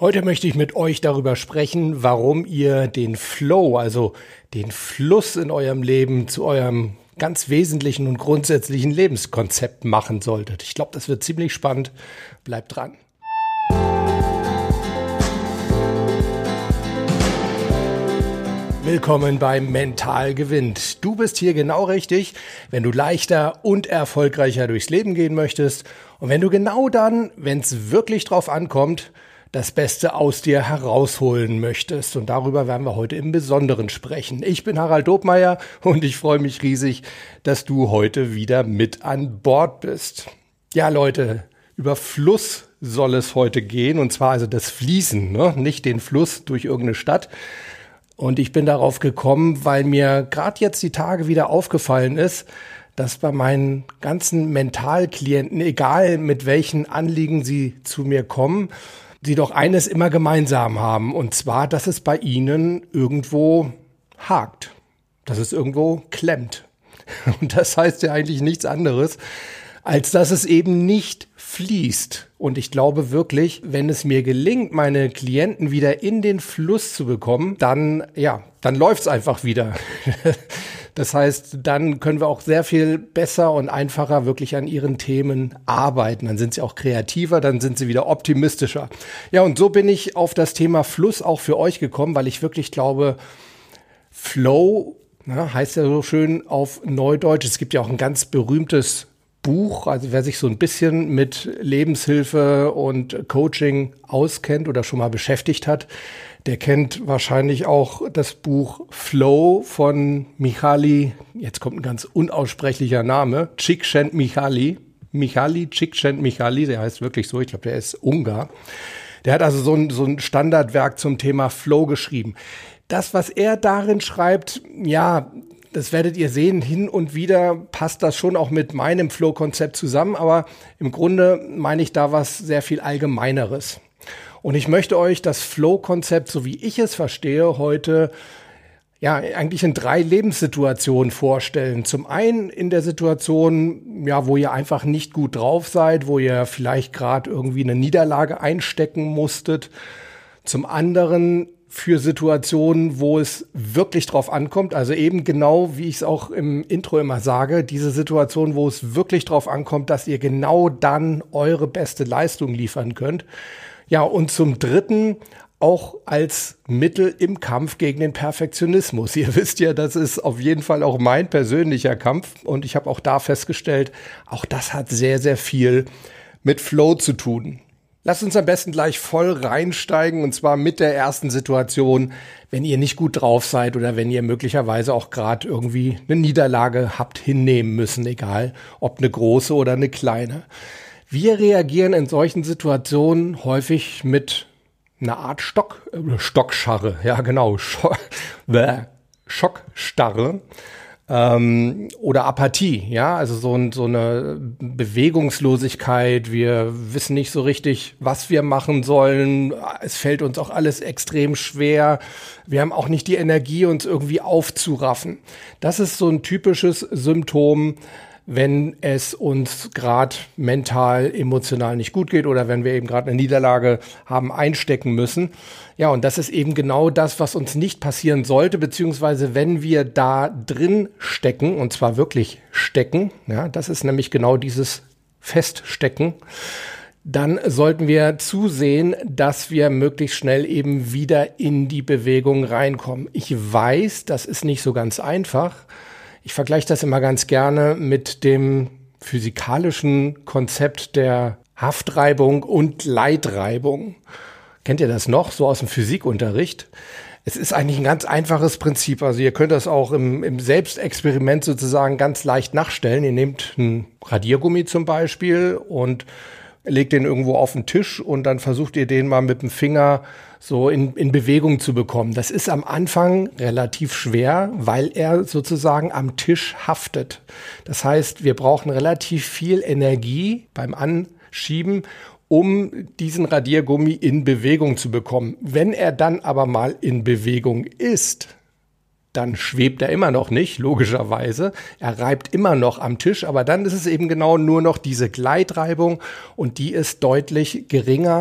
Heute möchte ich mit euch darüber sprechen, warum ihr den Flow, also den Fluss in eurem Leben zu eurem ganz wesentlichen und grundsätzlichen Lebenskonzept machen solltet. Ich glaube, das wird ziemlich spannend. Bleibt dran. Willkommen beim Mental gewinnt. Du bist hier genau richtig, wenn du leichter und erfolgreicher durchs Leben gehen möchtest und wenn du genau dann, wenn es wirklich drauf ankommt, das Beste aus dir herausholen möchtest. Und darüber werden wir heute im Besonderen sprechen. Ich bin Harald Dobmeier und ich freue mich riesig, dass du heute wieder mit an Bord bist. Ja, Leute, über Fluss soll es heute gehen, und zwar also das Fließen, ne? Nicht den Fluss durch irgendeine Stadt. Und ich bin darauf gekommen, weil mir gerade jetzt die Tage wieder aufgefallen ist, dass bei meinen ganzen Mentalklienten, egal mit welchen Anliegen sie zu mir kommen, sie doch eines immer gemeinsam haben, und zwar, dass es bei ihnen irgendwo hakt, dass es irgendwo klemmt. Und das heißt ja eigentlich nichts anderes, als dass es eben nicht fließt. Und ich glaube wirklich, wenn es mir gelingt, meine Klienten wieder in den Fluss zu bekommen, dann läuft's einfach wieder. Das heißt, dann können wir auch sehr viel besser und einfacher wirklich an ihren Themen arbeiten. Dann sind sie auch kreativer, dann sind sie wieder optimistischer. Ja, und so bin ich auf das Thema Fluss auch für euch gekommen, weil ich wirklich glaube, Flow, heißt ja so schön auf Neudeutsch. Es gibt ja auch ein ganz berühmtes Buch, also wer sich so ein bisschen mit Lebenshilfe und Coaching auskennt oder schon mal beschäftigt hat, der kennt wahrscheinlich auch das Buch Flow von Mihaly, jetzt kommt ein ganz unaussprechlicher Name, Csikszentmihalyi, Csikszentmihalyi, der heißt wirklich so, ich glaube, der ist Ungar. Der hat also so ein Standardwerk zum Thema Flow geschrieben. Das, was er darin schreibt, ja, das werdet ihr sehen, hin und wieder passt das schon auch mit meinem Flow-Konzept zusammen, aber im Grunde meine ich da was sehr viel Allgemeineres. Und ich möchte euch das Flow-Konzept, so wie ich es verstehe, heute ja eigentlich in 3 Lebenssituationen vorstellen. Zum einen in der Situation, ja, wo ihr einfach nicht gut drauf seid, wo ihr vielleicht gerade irgendwie eine Niederlage einstecken musstet. Zum anderen für Situationen, wo es wirklich drauf ankommt, also eben genau, wie ich es auch im Intro immer sage, diese Situation, wo es wirklich drauf ankommt, dass ihr genau dann eure beste Leistung liefern könnt. Ja, und zum Dritten auch als Mittel im Kampf gegen den Perfektionismus. Ihr wisst ja, das ist auf jeden Fall auch mein persönlicher Kampf, und ich habe auch da festgestellt, auch das hat sehr, sehr viel mit Flow zu tun. Lasst uns am besten gleich voll reinsteigen, und zwar mit der ersten Situation, wenn ihr nicht gut drauf seid oder wenn ihr möglicherweise auch gerade irgendwie eine Niederlage habt hinnehmen müssen, egal ob eine große oder eine kleine. Wir reagieren in solchen Situationen häufig mit einer Art Stockscharre, ja genau, Schockstarre. Oder Apathie, ja, also so eine Bewegungslosigkeit. Wir wissen nicht so richtig, was wir machen sollen. Es fällt uns auch alles extrem schwer. Wir haben auch nicht die Energie, uns irgendwie aufzuraffen. Das ist so ein typisches Symptom, wenn es uns gerade mental, emotional nicht gut geht oder wenn wir eben gerade eine Niederlage haben einstecken müssen. Ja, und das ist eben genau das, was uns nicht passieren sollte, beziehungsweise wenn wir da drin stecken, und zwar wirklich stecken, ja, das ist nämlich genau dieses Feststecken, dann sollten wir zusehen, dass wir möglichst schnell eben wieder in die Bewegung reinkommen. Ich weiß, das ist nicht so ganz einfach. Ich vergleiche das immer ganz gerne mit dem physikalischen Konzept der Haftreibung und Leitreibung. Kennt ihr das noch, so aus dem Physikunterricht? Es ist eigentlich ein ganz einfaches Prinzip. Also ihr könnt das auch im Selbstexperiment sozusagen ganz leicht nachstellen. Ihr nehmt einen Radiergummi zum Beispiel und legt den irgendwo auf den Tisch, und dann versucht ihr den mal mit dem Finger so in Bewegung zu bekommen. Das ist am Anfang relativ schwer, weil er sozusagen am Tisch haftet. Das heißt, wir brauchen relativ viel Energie beim Anschieben, um diesen Radiergummi in Bewegung zu bekommen. Wenn er dann aber mal in Bewegung ist, dann schwebt er immer noch nicht, logischerweise. Er reibt immer noch am Tisch, aber dann ist es eben genau nur noch diese Gleitreibung, und die ist deutlich geringer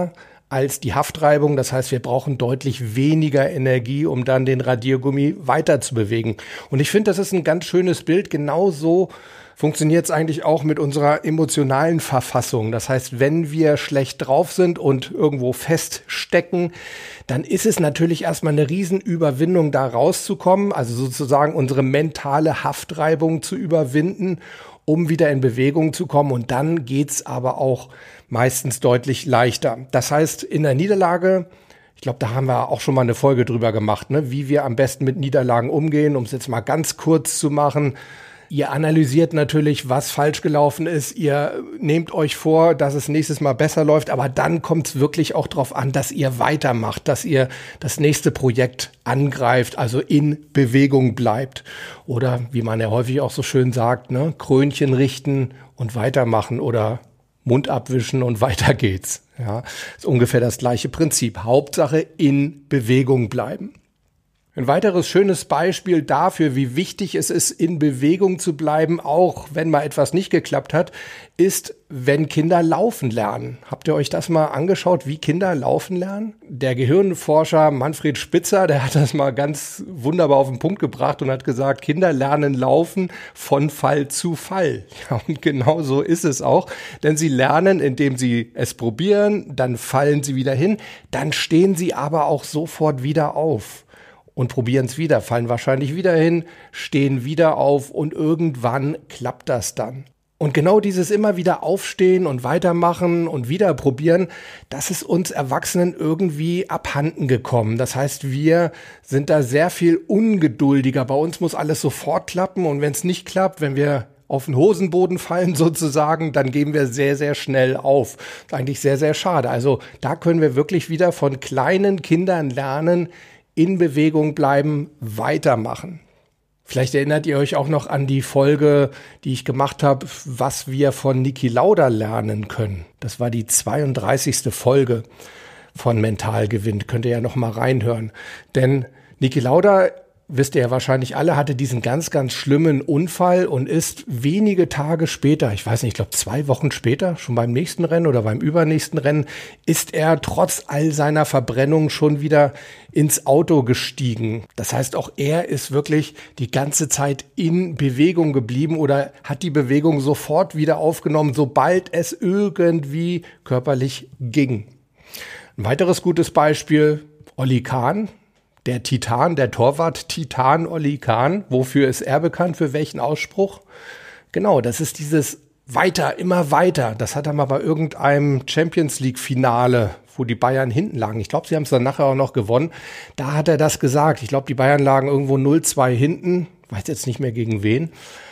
als die Haftreibung. Das heißt, wir brauchen deutlich weniger Energie, um dann den Radiergummi weiter zu bewegen. Und ich finde, das ist ein ganz schönes Bild. Genauso funktioniert es eigentlich auch mit unserer emotionalen Verfassung. Das heißt, wenn wir schlecht drauf sind und irgendwo feststecken, dann ist es natürlich erstmal eine Riesenüberwindung, da rauszukommen, also sozusagen unsere mentale Haftreibung zu überwinden, um wieder in Bewegung zu kommen. Und dann geht's aber auch meistens deutlich leichter. Das heißt, in der Niederlage, ich glaube, da haben wir auch schon mal eine Folge drüber gemacht, ne, wie wir am besten mit Niederlagen umgehen, um es jetzt mal ganz kurz zu machen. Ihr analysiert natürlich, was falsch gelaufen ist. Ihr nehmt euch vor, dass es nächstes Mal besser läuft. Aber dann kommt es wirklich auch darauf an, dass ihr weitermacht, dass ihr das nächste Projekt angreift, also in Bewegung bleibt. Oder wie man ja häufig auch so schön sagt, ne, Krönchen richten und weitermachen oder Mund abwischen und weiter geht's. Ja, ist ungefähr das gleiche Prinzip. Hauptsache in Bewegung bleiben. Ein weiteres schönes Beispiel dafür, wie wichtig es ist, in Bewegung zu bleiben, auch wenn mal etwas nicht geklappt hat, ist, wenn Kinder laufen lernen. Habt ihr euch das mal angeschaut, wie Kinder laufen lernen? Der Gehirnforscher Manfred Spitzer, der hat das mal ganz wunderbar auf den Punkt gebracht und hat gesagt, Kinder lernen laufen von Fall zu Fall. Ja, und genau so ist es auch, denn sie lernen, indem sie es probieren, dann fallen sie wieder hin, dann stehen sie aber auch sofort wieder auf. Und probieren es wieder, fallen wahrscheinlich wieder hin, stehen wieder auf und irgendwann klappt das dann. Und genau dieses immer wieder aufstehen und weitermachen und wieder probieren, das ist uns Erwachsenen irgendwie abhanden gekommen. Das heißt, wir sind da sehr viel ungeduldiger. Bei uns muss alles sofort klappen und wenn es nicht klappt, wenn wir auf den Hosenboden fallen sozusagen, dann geben wir sehr, sehr schnell auf. Das ist eigentlich sehr, sehr schade. Also da können wir wirklich wieder von kleinen Kindern lernen, in Bewegung bleiben, weitermachen. Vielleicht erinnert ihr euch auch noch an die Folge, die ich gemacht habe, was wir von Niki Lauda lernen können. Das war die 32. Folge von Mental gewinnt. Könnt ihr ja noch mal reinhören. Denn Niki Lauda, wisst ihr ja wahrscheinlich alle, hatte diesen ganz, ganz schlimmen Unfall und ist wenige Tage später, ich weiß nicht, ich glaube 2 Wochen später, schon beim nächsten Rennen oder beim übernächsten Rennen, ist er trotz all seiner Verbrennung schon wieder ins Auto gestiegen. Das heißt, auch er ist wirklich die ganze Zeit in Bewegung geblieben oder hat die Bewegung sofort wieder aufgenommen, sobald es irgendwie körperlich ging. Ein weiteres gutes Beispiel, Olli Kahn. Der Titan, der Torwart-Titan Olli Kahn. Wofür ist er bekannt? Für welchen Ausspruch? Genau, das ist dieses weiter, immer weiter. Das hat er mal bei irgendeinem Champions-League-Finale, wo die Bayern hinten lagen. Ich glaube, sie haben es dann nachher auch noch gewonnen. Da hat er das gesagt. Ich glaube, die Bayern lagen irgendwo 0-2 hinten. Weiß jetzt nicht mehr gegen wen.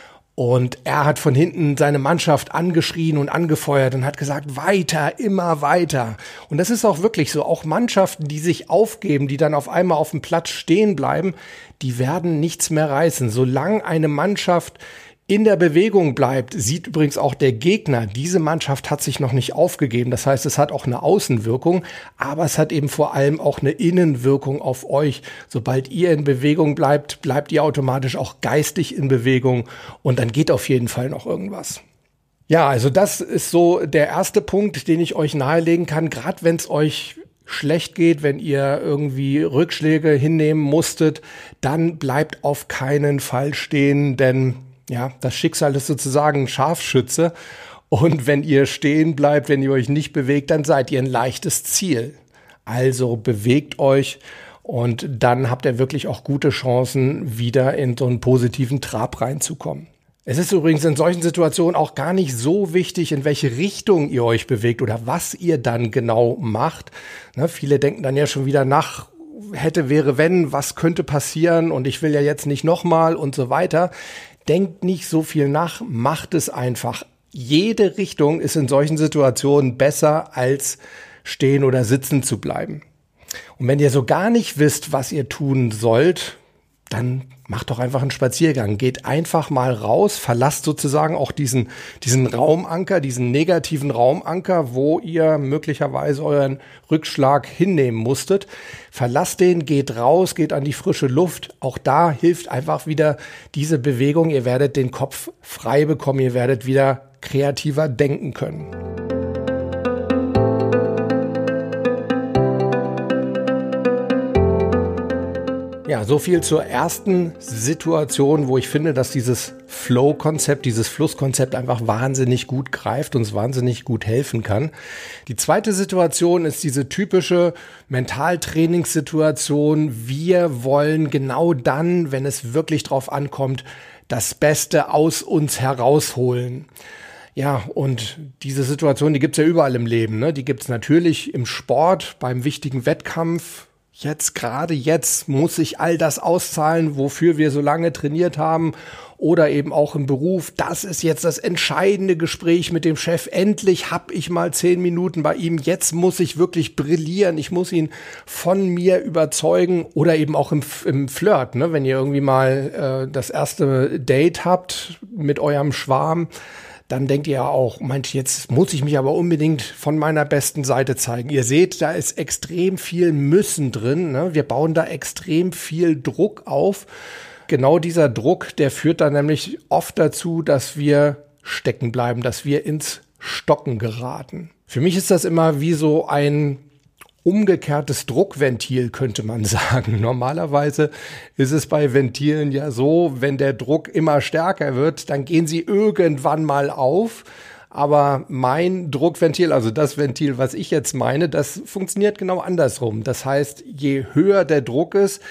Und er hat von hinten seine Mannschaft angeschrien und angefeuert und hat gesagt, weiter, immer weiter. Und das ist auch wirklich so. Auch Mannschaften, die sich aufgeben, die dann auf einmal auf dem Platz stehen bleiben, die werden nichts mehr reißen. Solange eine Mannschaft in der Bewegung bleibt, sieht übrigens auch der Gegner, diese Mannschaft hat sich noch nicht aufgegeben. Das heißt, es hat auch eine Außenwirkung, aber es hat eben vor allem auch eine Innenwirkung auf euch. Sobald ihr in Bewegung bleibt, bleibt ihr automatisch auch geistig in Bewegung und dann geht auf jeden Fall noch irgendwas. Ja, also das ist so der erste Punkt, den ich euch nahelegen kann, gerade wenn es euch schlecht geht, wenn ihr irgendwie Rückschläge hinnehmen musstet, dann bleibt auf keinen Fall stehen, denn ja, das Schicksal ist sozusagen ein Scharfschütze und wenn ihr stehen bleibt, wenn ihr euch nicht bewegt, dann seid ihr ein leichtes Ziel. Also bewegt euch und dann habt ihr wirklich auch gute Chancen, wieder in so einen positiven Trab reinzukommen. Es ist übrigens in solchen Situationen auch gar nicht so wichtig, in welche Richtung ihr euch bewegt oder was ihr dann genau macht. Ne, viele denken dann ja schon wieder nach, hätte, wäre, wenn, was könnte passieren und ich will ja jetzt nicht nochmal und so weiter. Denkt nicht so viel nach, macht es einfach. Jede Richtung ist in solchen Situationen besser, als stehen oder sitzen zu bleiben. Und wenn ihr so gar nicht wisst, was ihr tun sollt, dann macht doch einfach einen Spaziergang. Geht einfach mal raus, verlasst sozusagen auch diesen Raumanker, diesen negativen Raumanker, wo ihr möglicherweise euren Rückschlag hinnehmen musstet. Verlasst den, geht raus, geht an die frische Luft. Auch da hilft einfach wieder diese Bewegung. Ihr werdet den Kopf frei bekommen, ihr werdet wieder kreativer denken können. Ja, so viel zur ersten Situation, wo ich finde, dass dieses Flow-Konzept, dieses Flusskonzept einfach wahnsinnig gut greift, uns wahnsinnig gut helfen kann. Die zweite Situation ist diese typische Mentaltrainingssituation. Wir wollen genau dann, wenn es wirklich drauf ankommt, das Beste aus uns herausholen. Ja, und diese Situation, die gibt's ja überall im Leben, ne? Die gibt's natürlich im Sport, beim wichtigen Wettkampf. Gerade jetzt muss ich all das auszahlen, wofür wir so lange trainiert haben, oder eben auch im Beruf. Das ist jetzt das entscheidende Gespräch mit dem Chef. Endlich habe ich mal 10 Minuten bei ihm. Jetzt muss ich wirklich brillieren. Ich muss ihn von mir überzeugen, oder eben auch im Flirt, ne? Wenn ihr irgendwie mal das erste Date habt mit eurem Schwarm, dann denkt ihr ja auch, meint, jetzt muss ich mich aber unbedingt von meiner besten Seite zeigen. Ihr seht, da ist extrem viel Müssen drin, ne? Wir bauen da extrem viel Druck auf. Genau dieser Druck, der führt dann nämlich oft dazu, dass wir stecken bleiben, dass wir ins Stocken geraten. Für mich ist das immer wie so ein umgekehrtes Druckventil, könnte man sagen. Normalerweise ist es bei Ventilen ja so, wenn der Druck immer stärker wird, dann gehen sie irgendwann mal auf. Aber mein Druckventil, also das Ventil, was ich jetzt meine, das funktioniert genau andersrum. Das heißt, je höher der Druck ist,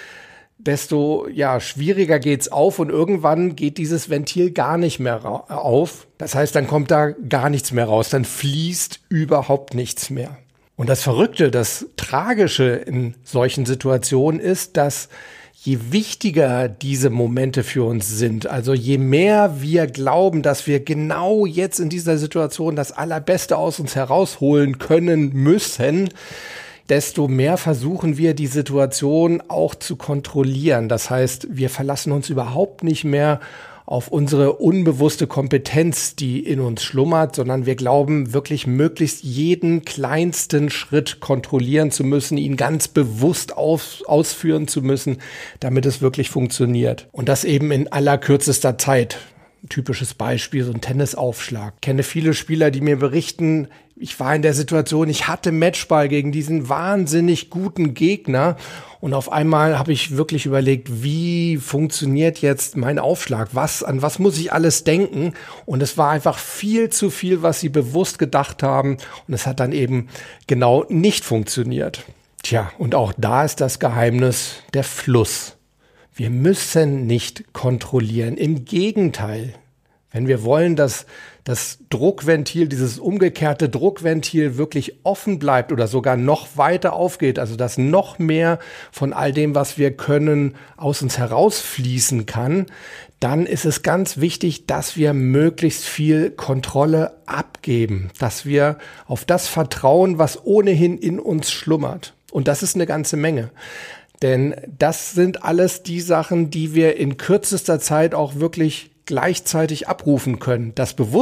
desto schwieriger geht's auf, und irgendwann geht dieses Ventil gar nicht mehr auf. Das heißt, dann kommt da gar nichts mehr raus, dann fließt überhaupt nichts mehr. Und das Verrückte, das Tragische in solchen Situationen ist, dass je wichtiger diese Momente für uns sind, also je mehr wir glauben, dass wir genau jetzt in dieser Situation das Allerbeste aus uns herausholen können müssen, desto mehr versuchen wir, die Situation auch zu kontrollieren. Das heißt, wir verlassen uns überhaupt nicht mehr auf unsere unbewusste Kompetenz, die in uns schlummert, sondern wir glauben wirklich, möglichst jeden kleinsten Schritt kontrollieren zu müssen, ihn ganz bewusst ausführen zu müssen, damit es wirklich funktioniert. Und das eben in allerkürzester Zeit. Ein typisches Beispiel, so ein Tennisaufschlag. Ich kenne viele Spieler, die mir berichten, ich war in der Situation, ich hatte Matchball gegen diesen wahnsinnig guten Gegner, und auf einmal habe ich wirklich überlegt, wie funktioniert jetzt mein Aufschlag? An was muss ich alles denken? Und es war einfach viel zu viel, was sie bewusst gedacht haben, und es hat dann eben genau nicht funktioniert. Tja, und auch da ist das Geheimnis der Fluss. Wir müssen nicht kontrollieren. Im Gegenteil, wenn wir wollen, dass das Druckventil, dieses umgekehrte Druckventil wirklich offen bleibt oder sogar noch weiter aufgeht, also dass noch mehr von all dem, was wir können, aus uns herausfließen kann, dann ist es ganz wichtig, dass wir möglichst viel Kontrolle abgeben, dass wir auf das vertrauen, was ohnehin in uns schlummert. Und das ist eine ganze Menge. Denn das sind alles die Sachen, die wir in kürzester Zeit auch wirklich gleichzeitig abrufen können.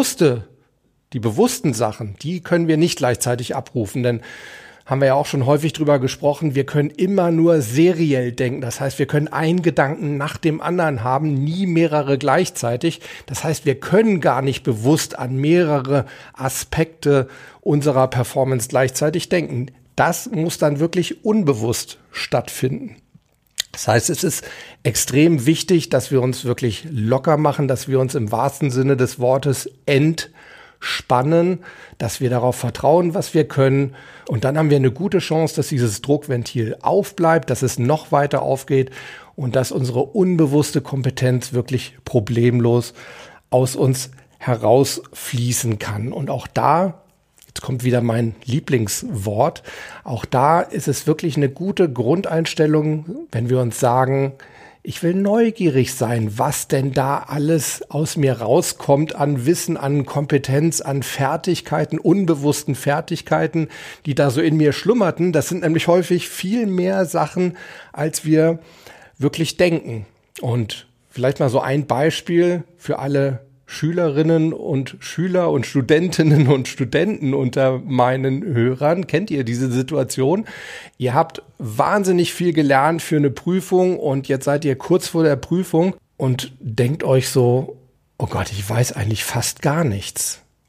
Die bewussten Sachen, die können wir nicht gleichzeitig abrufen, denn haben wir ja auch schon häufig drüber gesprochen, wir können immer nur seriell denken. Das heißt, wir können einen Gedanken nach dem anderen haben, nie mehrere gleichzeitig. Das heißt, wir können gar nicht bewusst an mehrere Aspekte unserer Performance gleichzeitig denken. Das muss dann wirklich unbewusst stattfinden. Das heißt, es ist extrem wichtig, dass wir uns wirklich locker machen, dass wir uns im wahrsten Sinne des Wortes entspannen, dass wir darauf vertrauen, was wir können. Und dann haben wir eine gute Chance, dass dieses Druckventil aufbleibt, dass es noch weiter aufgeht und dass unsere unbewusste Kompetenz wirklich problemlos aus uns herausfließen kann. Und auch da, jetzt kommt wieder mein Lieblingswort, auch da ist es wirklich eine gute Grundeinstellung, wenn wir uns sagen, ich will neugierig sein, was denn da alles aus mir rauskommt an Wissen, an Kompetenz, an Fertigkeiten, unbewussten Fertigkeiten, die da so in mir schlummerten. Das sind nämlich häufig viel mehr Sachen, als wir wirklich denken. Und vielleicht mal so ein Beispiel für alle Schülerinnen und Schüler und Studentinnen und Studenten unter meinen Hörern. Kennt ihr diese Situation? Ihr habt wahnsinnig viel gelernt für eine Prüfung und jetzt seid ihr kurz vor der Prüfung und denkt euch so, oh Gott, ich weiß eigentlich fast gar nichts.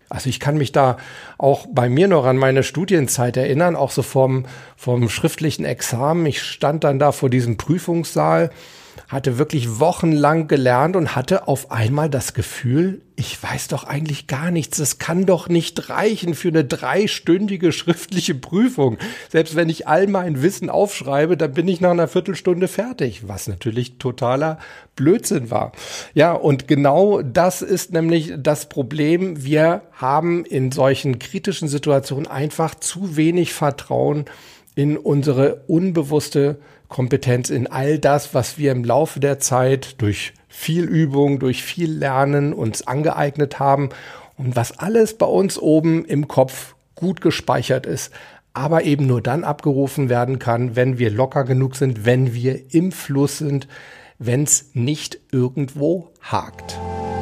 Also ich kann mich da auch bei mir noch an meine Studienzeit erinnern, auch so vom schriftlichen Examen. Ich stand dann da vor diesem Prüfungssaal, hatte wirklich wochenlang gelernt und hatte auf einmal das Gefühl, ich weiß doch eigentlich gar nichts. Es kann doch nicht reichen für eine 3-stündige schriftliche Prüfung. Selbst wenn ich all mein Wissen aufschreibe, dann bin ich nach einer Viertelstunde fertig, was natürlich totaler Blödsinn war. Ja, und genau das ist nämlich das Problem. Wir haben in solchen kritischen Situationen einfach zu wenig Vertrauen in unsere unbewusste Kompetenz, in all das, was wir im Laufe der Zeit durch viel Übung, durch viel Lernen uns angeeignet haben und was alles bei uns oben im Kopf gut gespeichert ist, aber eben nur dann abgerufen werden kann, wenn wir locker genug sind, wenn wir im Fluss sind, wenn es nicht irgendwo hakt.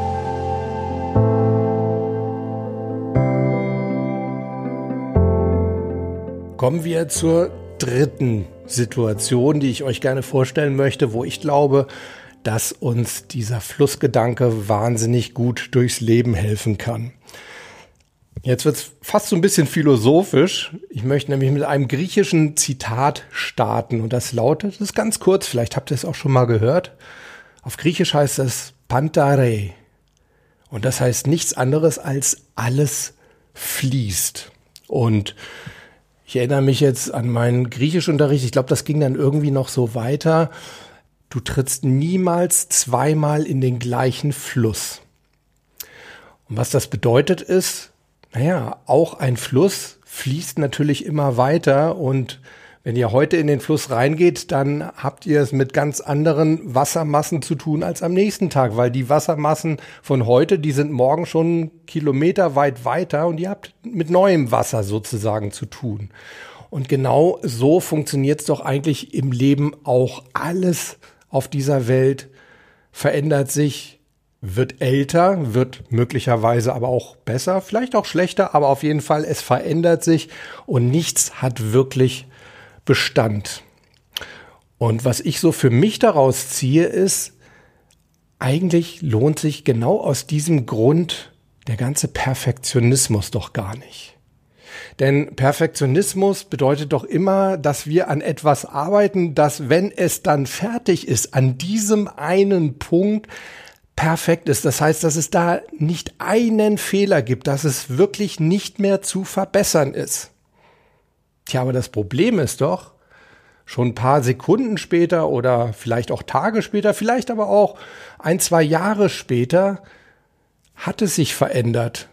Kommen wir zur dritten Situation, die ich euch gerne vorstellen möchte, wo ich glaube, dass uns dieser Flussgedanke wahnsinnig gut durchs Leben helfen kann. Jetzt wird es fast so ein bisschen philosophisch. Ich möchte nämlich mit einem griechischen Zitat starten und das lautet, das ist ganz kurz, vielleicht habt ihr es auch schon mal gehört. Auf Griechisch heißt es Pantare und das heißt nichts anderes als alles fließt. Und ich erinnere mich jetzt an meinen Griechischunterricht. Ich glaube, das ging dann irgendwie noch so weiter. Du trittst niemals zweimal in den gleichen Fluss. Und was das bedeutet ist, auch ein Fluss fließt natürlich immer weiter. Und wenn ihr heute in den Fluss reingeht, dann habt ihr es mit ganz anderen Wassermassen zu tun als am nächsten Tag, weil die Wassermassen von heute, die sind morgen schon kilometerweit weiter und ihr habt mit neuem Wasser sozusagen zu tun. Und genau so funktioniert es doch eigentlich im Leben auch. Alles auf dieser Welt verändert sich, wird älter, wird möglicherweise aber auch besser, vielleicht auch schlechter, aber auf jeden Fall, es verändert sich und nichts hat wirklich Bestand. Und was ich so für mich daraus ziehe, ist, eigentlich lohnt sich genau aus diesem Grund der ganze Perfektionismus doch gar nicht. Denn Perfektionismus bedeutet doch immer, dass wir an etwas arbeiten, das, wenn es dann fertig ist, an diesem einen Punkt perfekt ist. Das heißt, dass es da nicht einen Fehler gibt, dass es wirklich nicht mehr zu verbessern ist. Tja, aber das Problem ist doch, schon ein paar Sekunden später oder vielleicht auch Tage später, vielleicht aber auch 1-2 Jahre später, hat es sich verändert.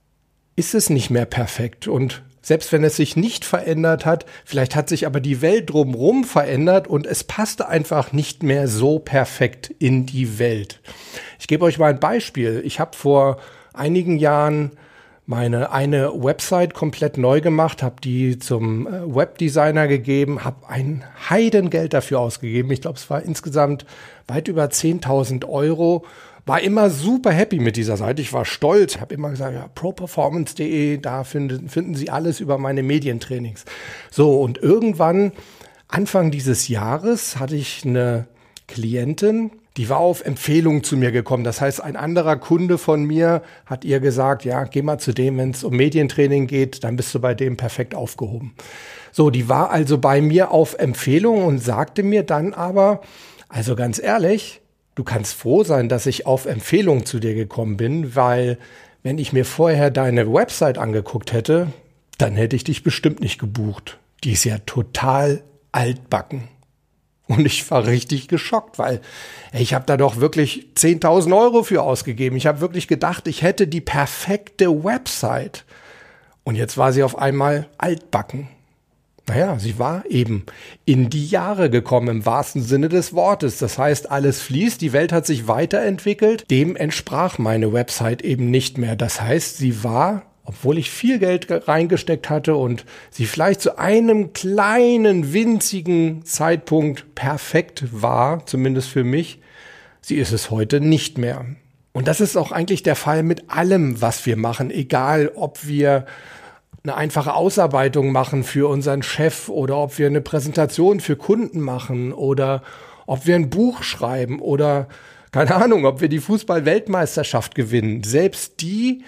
Ist es nicht mehr perfekt? Und selbst wenn es sich nicht verändert hat, vielleicht hat sich aber die Welt drumherum verändert und es passte einfach nicht mehr so perfekt in die Welt. Ich gebe euch mal ein Beispiel. Ich habe vor einigen Jahren meine eine Website komplett neu gemacht, habe die zum Webdesigner gegeben, habe ein Heidengeld dafür ausgegeben. Ich glaube, es war insgesamt weit über 10.000 €. War immer super happy mit dieser Seite. Ich war stolz, habe immer gesagt, ja, properformance.de, da finden Sie alles über meine Medientrainings. So, und irgendwann, Anfang dieses Jahres, hatte ich eine Klientin, die war auf Empfehlung zu mir gekommen. Das heißt, ein anderer Kunde von mir hat ihr gesagt, ja, geh mal zu dem, wenn es um Medientraining geht, dann bist du bei dem perfekt aufgehoben. So, die war also bei mir auf Empfehlung und sagte mir dann aber, also ganz ehrlich, du kannst froh sein, dass ich auf Empfehlung zu dir gekommen bin, weil wenn ich mir vorher deine Website angeguckt hätte, dann hätte ich dich bestimmt nicht gebucht. Die ist ja total altbacken. Und ich war richtig geschockt, weil ich habe da doch wirklich 10.000 € für ausgegeben. Ich habe wirklich gedacht, ich hätte die perfekte Website. Und jetzt war sie auf einmal altbacken. Naja, sie war eben in die Jahre gekommen, im wahrsten Sinne des Wortes. Das heißt, alles fließt, die Welt hat sich weiterentwickelt. Dem entsprach meine Website eben nicht mehr. Das heißt, sie war, obwohl ich viel Geld reingesteckt hatte und sie vielleicht zu einem kleinen, winzigen Zeitpunkt perfekt war, zumindest für mich, sie ist es heute nicht mehr. Und das ist auch eigentlich der Fall mit allem, was wir machen, egal ob wir eine einfache Ausarbeitung machen für unseren Chef oder ob wir eine Präsentation für Kunden machen oder ob wir ein Buch schreiben oder, keine Ahnung, ob wir die Fußball-Weltmeisterschaft gewinnen. Selbst die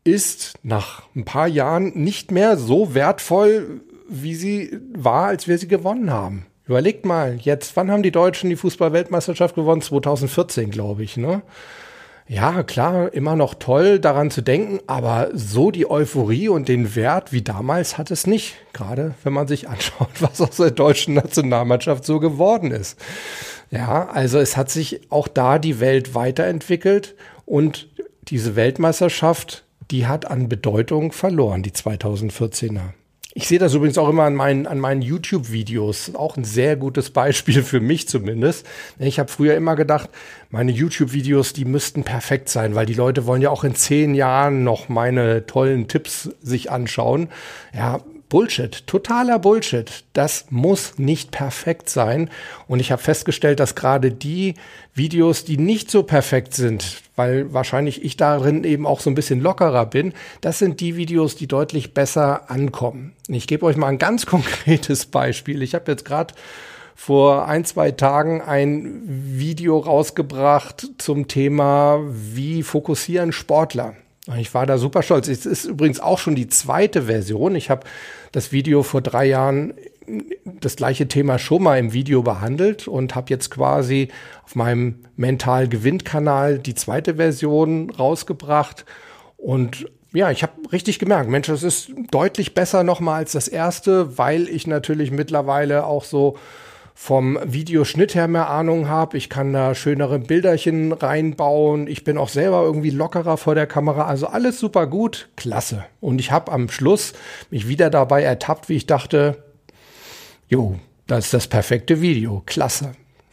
ist nach ein paar Jahren nicht mehr so wertvoll, wie sie war, als wir sie gewonnen haben. Überlegt mal, jetzt, wann haben die Deutschen die Fußball-Weltmeisterschaft gewonnen? 2014, glaube ich, ne? Ja, klar, immer noch toll, daran zu denken, aber so die Euphorie und den Wert wie damals hat es nicht. Gerade wenn man sich anschaut, was aus der deutschen Nationalmannschaft so geworden ist. Ja, also es hat sich auch da die Welt weiterentwickelt und diese Weltmeisterschaft, die hat an Bedeutung verloren, die 2014er. Ich sehe das übrigens auch immer an meinen YouTube-Videos. Auch ein sehr gutes Beispiel für mich zumindest. Ich habe früher immer gedacht, meine YouTube-Videos, die müssten perfekt sein, weil die Leute wollen ja auch in 10 Jahren noch meine tollen Tipps sich anschauen. Ja, Bullshit, totaler Bullshit. Das muss nicht perfekt sein. Und ich habe festgestellt, dass gerade die Videos, die nicht so perfekt sind, weil wahrscheinlich ich darin eben auch so ein bisschen lockerer bin, das sind die Videos, die deutlich besser ankommen. Ich gebe euch mal ein ganz konkretes Beispiel. Ich habe jetzt gerade vor 1-2 Tagen ein Video rausgebracht zum Thema, wie fokussieren Sportler. Ich war da super stolz. Es ist übrigens auch schon die 2. Version. Ich habe das Video vor 3 Jahren, das gleiche Thema schon mal im Video behandelt und habe jetzt quasi auf meinem Mental-Gewinn-Kanal die 2. Version rausgebracht. Und ja, ich habe richtig gemerkt, Mensch, das ist deutlich besser nochmal als das erste, weil ich natürlich mittlerweile auch so vom Videoschnitt her mehr Ahnung habe. Ich kann da schönere Bilderchen reinbauen. Ich bin auch selber irgendwie lockerer vor der Kamera. Also alles super gut. Klasse. Und ich habe am Schluss mich wieder dabei ertappt, wie ich dachte, jo, das ist das perfekte Video. Klasse.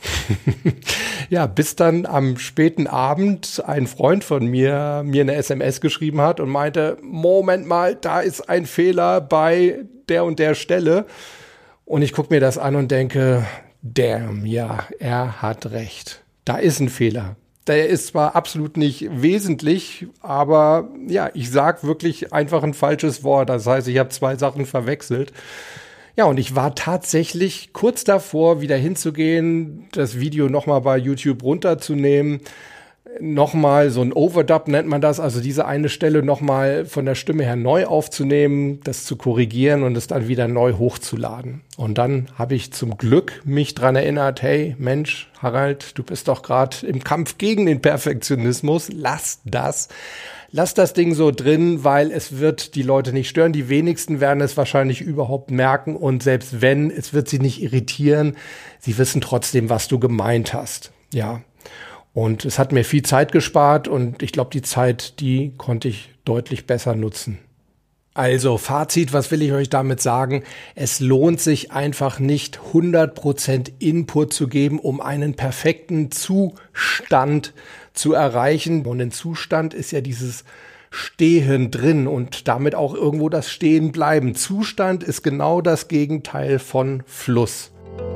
Ja, bis dann am späten Abend ein Freund von mir eine SMS geschrieben hat und meinte, Moment mal, da ist ein Fehler bei der und der Stelle. Und ich gucke mir das an und denke, damn, ja, er hat recht. Da ist ein Fehler. Der ist zwar absolut nicht wesentlich, aber ja, ich sag wirklich einfach ein falsches Wort. Das heißt, ich habe 2 Sachen verwechselt. Ja, und ich war tatsächlich kurz davor, wieder hinzugehen, das Video nochmal bei YouTube runterzunehmen. Nochmal so ein Overdub nennt man das, also diese eine Stelle nochmal von der Stimme her neu aufzunehmen, das zu korrigieren und es dann wieder neu hochzuladen. Und dann habe ich zum Glück mich dran erinnert, hey Mensch, Harald, du bist doch gerade im Kampf gegen den Perfektionismus, lass das Ding so drin, weil es wird die Leute nicht stören. Die wenigsten werden es wahrscheinlich überhaupt merken und selbst wenn, es wird sie nicht irritieren, sie wissen trotzdem, was du gemeint hast. Ja. Und es hat mir viel Zeit gespart und ich glaube, die Zeit, die konnte ich deutlich besser nutzen. Also Fazit, was will ich euch damit sagen? Es lohnt sich einfach nicht 100% Input zu geben, um einen perfekten Zustand zu erreichen. Und in Zustand ist ja dieses Stehen drin und damit auch irgendwo das Stehen bleiben. Zustand ist genau das Gegenteil von Fluss.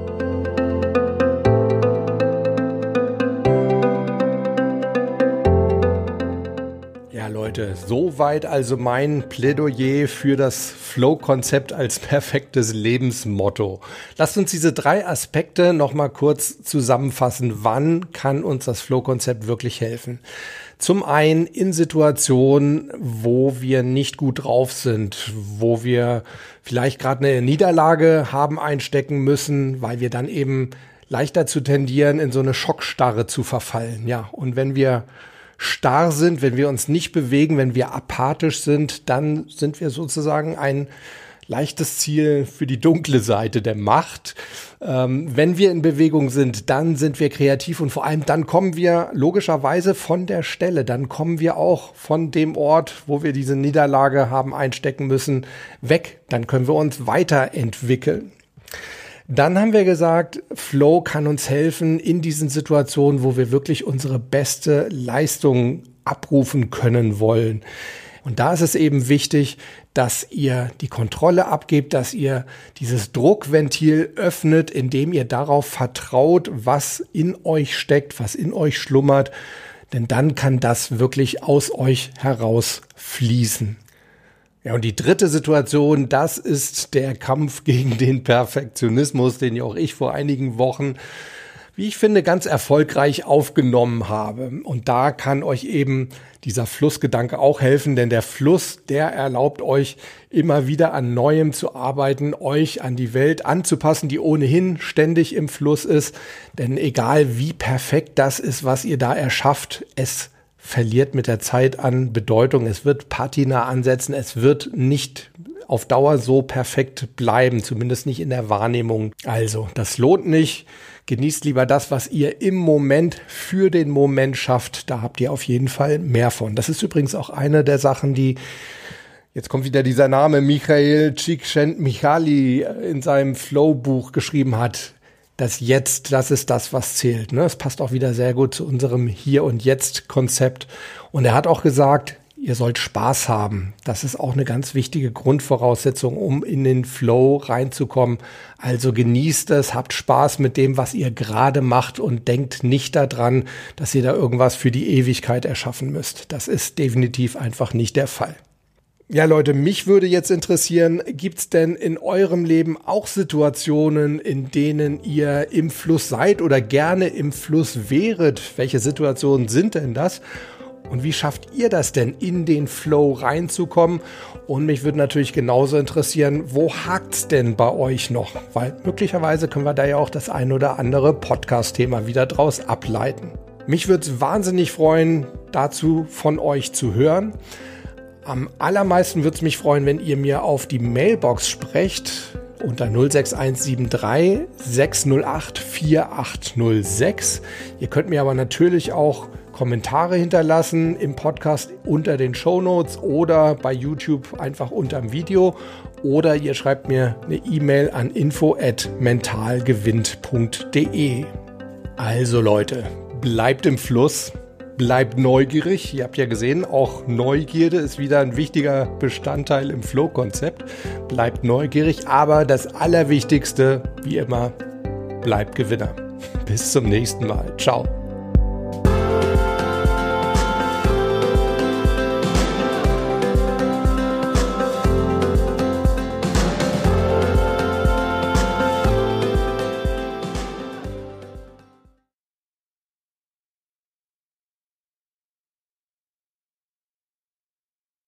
Leute, soweit also mein Plädoyer für das Flow-Konzept als perfektes Lebensmotto. Lasst uns diese 3 Aspekte nochmal kurz zusammenfassen. Wann kann uns das Flow-Konzept wirklich helfen? Zum einen in Situationen, wo wir nicht gut drauf sind, wo wir vielleicht gerade eine Niederlage haben einstecken müssen, weil wir dann eben leichter zu tendieren, in so eine Schockstarre zu verfallen. Ja, und wenn wir starr sind, wenn wir uns nicht bewegen, wenn wir apathisch sind, dann sind wir sozusagen ein leichtes Ziel für die dunkle Seite der Macht. Wenn wir in Bewegung sind, dann sind wir kreativ und vor allem dann kommen wir logischerweise von der Stelle, dann kommen wir auch von dem Ort, wo wir diese Niederlage haben einstecken müssen, weg. Dann können wir uns weiterentwickeln. Dann haben wir gesagt, Flow kann uns helfen in diesen Situationen, wo wir wirklich unsere beste Leistung abrufen können wollen. Und da ist es eben wichtig, dass ihr die Kontrolle abgebt, dass ihr dieses Druckventil öffnet, indem ihr darauf vertraut, was in euch steckt, was in euch schlummert. Denn dann kann das wirklich aus euch heraus fließen. Ja, und die dritte Situation, das ist der Kampf gegen den Perfektionismus, den ja auch ich vor einigen Wochen wie ich finde, ganz erfolgreich aufgenommen habe. Und da kann euch eben dieser Flussgedanke auch helfen, denn der Fluss, der erlaubt euch immer wieder an Neuem zu arbeiten, euch an die Welt anzupassen, die ohnehin ständig im Fluss ist. Denn egal wie perfekt das ist, was ihr da erschafft, es verliert mit der Zeit an Bedeutung. Es wird Patina ansetzen, es wird nicht auf Dauer so perfekt bleiben, zumindest nicht in der Wahrnehmung. Also, das lohnt nicht. Genießt lieber das, was ihr im Moment für den Moment schafft. Da habt ihr auf jeden Fall mehr von. Das ist übrigens auch eine der Sachen, die, jetzt kommt wieder dieser Name, Michael Csikszentmihalyi in seinem Flow-Buch geschrieben hat. Das Jetzt, das ist das, was zählt. Es passt auch wieder sehr gut zu unserem Hier- und Jetzt-Konzept. Und er hat auch gesagt, ihr sollt Spaß haben. Das ist auch eine ganz wichtige Grundvoraussetzung, um in den Flow reinzukommen. Also genießt es, habt Spaß mit dem, was ihr gerade macht und denkt nicht daran, dass ihr da irgendwas für die Ewigkeit erschaffen müsst. Das ist definitiv einfach nicht der Fall. Ja, Leute, mich würde jetzt interessieren, gibt's denn in eurem Leben auch Situationen, in denen ihr im Fluss seid oder gerne im Fluss wäret? Welche Situationen sind denn das? Und wie schafft ihr das denn, in den Flow reinzukommen? Und mich würde natürlich genauso interessieren, wo hakt's denn bei euch noch? Weil möglicherweise können wir da ja auch das ein oder andere Podcast-Thema wieder draus ableiten. Mich würde es wahnsinnig freuen, dazu von euch zu hören. Am allermeisten würde es mich freuen, wenn ihr mir auf die Mailbox sprecht unter 06173 608 4806. Ihr könnt mir aber natürlich auch Kommentare hinterlassen im Podcast unter den Shownotes oder bei YouTube einfach unterm Video. Oder ihr schreibt mir eine E-Mail an info@mentalgewinnt.de. Also Leute, bleibt im Fluss. Bleibt neugierig. Ihr habt ja gesehen, auch Neugierde ist wieder ein wichtiger Bestandteil im Flow-Konzept. Bleibt neugierig, aber das Allerwichtigste, wie immer, bleibt Gewinner. Bis zum nächsten Mal. Ciao.